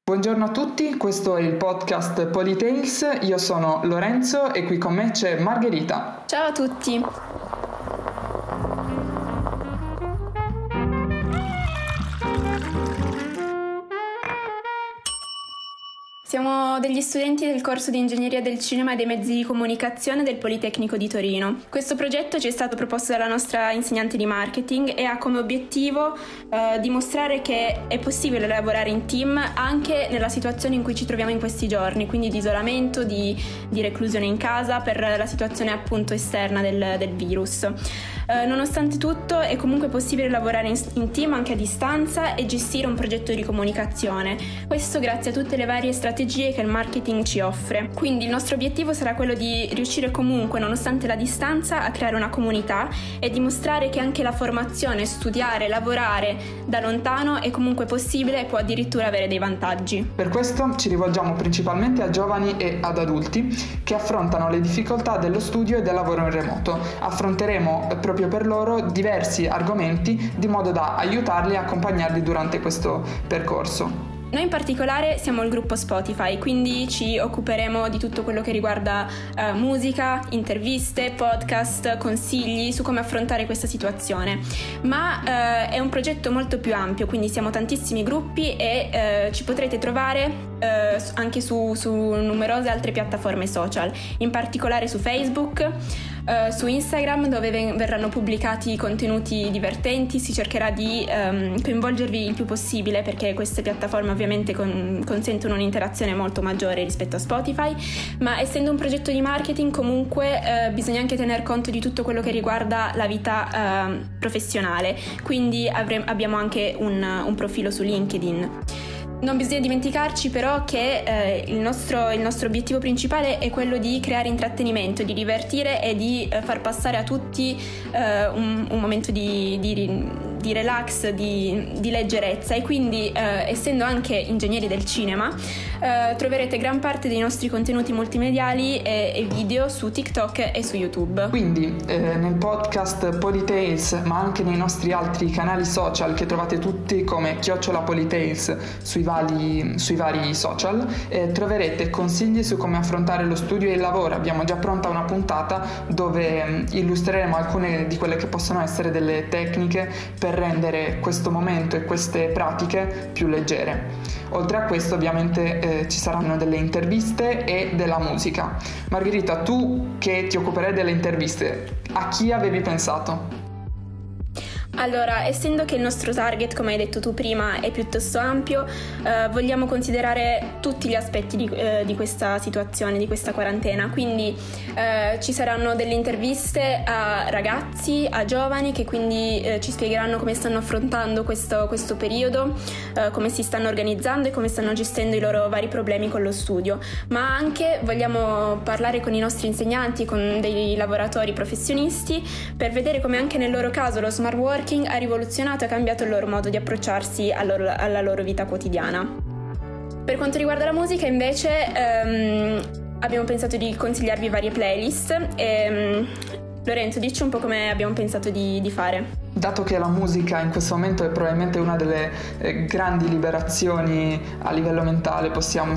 Buongiorno a tutti, questo è il podcast Polytales, io sono Lorenzo e qui con me c'è Margherita. Ciao a tutti! Siamo degli studenti del corso di Ingegneria del Cinema e dei Mezzi di Comunicazione del Politecnico di Torino. Questo progetto ci è stato proposto dalla nostra insegnante di marketing e ha come obiettivo dimostrare che è possibile lavorare in team anche nella situazione in cui ci troviamo in questi giorni, quindi di isolamento, di reclusione in casa per la situazione appunto esterna del virus. Nonostante tutto è comunque possibile lavorare in team anche a distanza e gestire un progetto di comunicazione. Questo grazie a tutte le varie strategie che il marketing ci offre. Quindi il nostro obiettivo sarà quello di riuscire comunque, nonostante la distanza, a creare una comunità e dimostrare che anche la formazione, studiare, lavorare da lontano è comunque possibile e può addirittura avere dei vantaggi. Per questo ci rivolgiamo principalmente a giovani e ad adulti che affrontano le difficoltà dello studio e del lavoro in remoto. Affronteremo proprio per loro diversi argomenti di modo da aiutarli e accompagnarli durante questo percorso. Noi in particolare siamo il gruppo Spotify, quindi ci occuperemo di tutto quello che riguarda musica, interviste, podcast, consigli su come affrontare questa situazione. Ma è un progetto molto più ampio, quindi siamo tantissimi gruppi e ci potrete trovare anche su numerose altre piattaforme social, in particolare su Facebook, su Instagram, dove verranno pubblicati contenuti divertenti. Si cercherà di coinvolgervi il più possibile, perché queste piattaforme ovviamente consentono un'interazione molto maggiore rispetto a Spotify, ma essendo un progetto di marketing comunque bisogna anche tener conto di tutto quello che riguarda la vita professionale, quindi abbiamo anche un profilo su LinkedIn. Non bisogna dimenticarci però che il nostro obiettivo principale è quello di creare intrattenimento, di divertire e di far passare a tutti un momento di relax, di leggerezza, e quindi essendo anche ingegneri del cinema troverete gran parte dei nostri contenuti multimediali e video su TikTok e su YouTube. Quindi nel podcast Polytales, ma anche nei nostri altri canali social che trovate tutti come @Polytales sui vari social, troverete consigli su come affrontare lo studio e il lavoro. Abbiamo già pronta una puntata dove illustreremo alcune di quelle che possono essere delle tecniche per rendere questo momento e queste pratiche più leggere. Oltre a questo ovviamente ci saranno delle interviste e della musica. Margherita, tu che ti occuperai delle interviste, a chi avevi pensato? Allora, essendo che il nostro target, come hai detto tu prima, è piuttosto ampio, vogliamo considerare tutti gli aspetti di questa situazione, di questa quarantena. Quindi ci saranno delle interviste a ragazzi, a giovani, che quindi ci spiegheranno come stanno affrontando questo periodo, come si stanno organizzando e come stanno gestendo i loro vari problemi con lo studio. Ma anche vogliamo parlare con i nostri insegnanti, con dei lavoratori professionisti, per vedere come anche nel loro caso lo smart working ha rivoluzionato e cambiato il loro modo di approcciarsi alla loro vita quotidiana. Per quanto riguarda la musica invece abbiamo pensato di consigliarvi varie playlist. Lorenzo, dici un po' come abbiamo pensato di fare. Dato che la musica in questo momento è probabilmente una delle grandi liberazioni a livello mentale, possiamo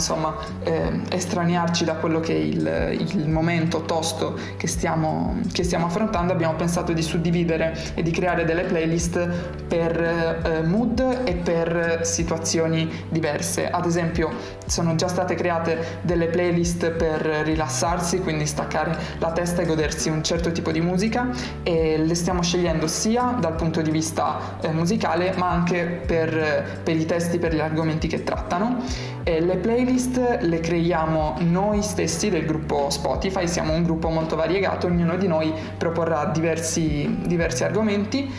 estraniarci da quello che è il momento tosto che stiamo affrontando, abbiamo pensato di suddividere e di creare delle playlist per mood e per situazioni diverse. Ad esempio sono già state create delle playlist per rilassarsi, quindi staccare la testa e godersi un certo tipo di musica, e le stiamo scegliendo sia dal punto di vista musicale ma anche per i testi, per gli argomenti che trattano. Le playlist le creiamo noi stessi del gruppo Spotify, siamo un gruppo molto variegato, ognuno di noi proporrà diversi argomenti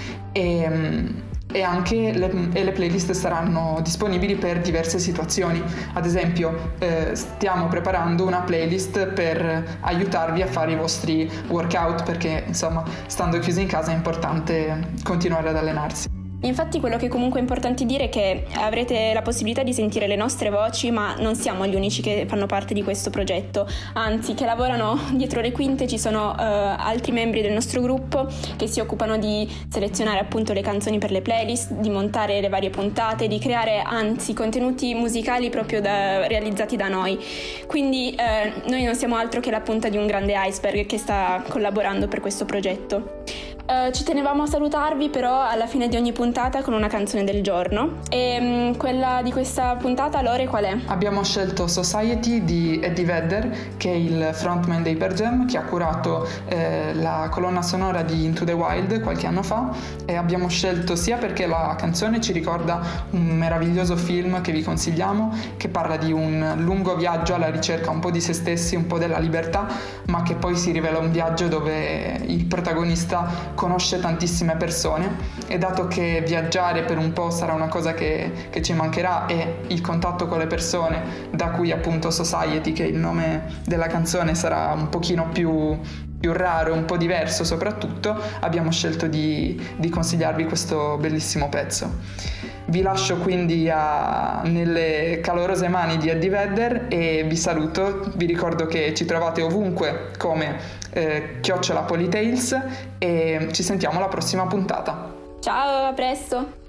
e anche le playlist saranno disponibili per diverse situazioni. Ad esempio stiamo preparando una playlist per aiutarvi a fare i vostri workout, perché stando chiusi in casa è importante continuare ad allenarsi. Infatti quello che comunque è importante dire è che avrete la possibilità di sentire le nostre voci, ma non siamo gli unici che fanno parte di questo progetto, anzi che lavorano dietro le quinte ci sono altri membri del nostro gruppo che si occupano di selezionare appunto le canzoni per le playlist, di montare le varie puntate, di creare anzi contenuti musicali proprio realizzati da noi. Quindi noi non siamo altro che la punta di un grande iceberg che sta collaborando per questo progetto. Ci tenevamo a salutarvi però alla fine di ogni puntata con una canzone del giorno e quella di questa puntata, Lore, qual è? Abbiamo scelto Society di Eddie Vedder, che è il frontman dei Pearl Jam, che ha curato la colonna sonora di Into the Wild qualche anno fa, e abbiamo scelto sia perché la canzone ci ricorda un meraviglioso film che vi consigliamo, che parla di un lungo viaggio alla ricerca un po' di se stessi, un po' della libertà, ma che poi si rivela un viaggio dove il protagonista conosce tantissime persone, e dato che viaggiare per un po' sarà una cosa che ci mancherà, e il contatto con le persone, da cui appunto Society, che è il nome della canzone, sarà un pochino più raro, un po' diverso soprattutto, abbiamo scelto di consigliarvi questo bellissimo pezzo. Vi lascio quindi nelle calorose mani di Eddie Vedder e vi saluto. Vi ricordo che ci trovate ovunque come @Polytales e ci sentiamo alla prossima puntata. Ciao, a presto!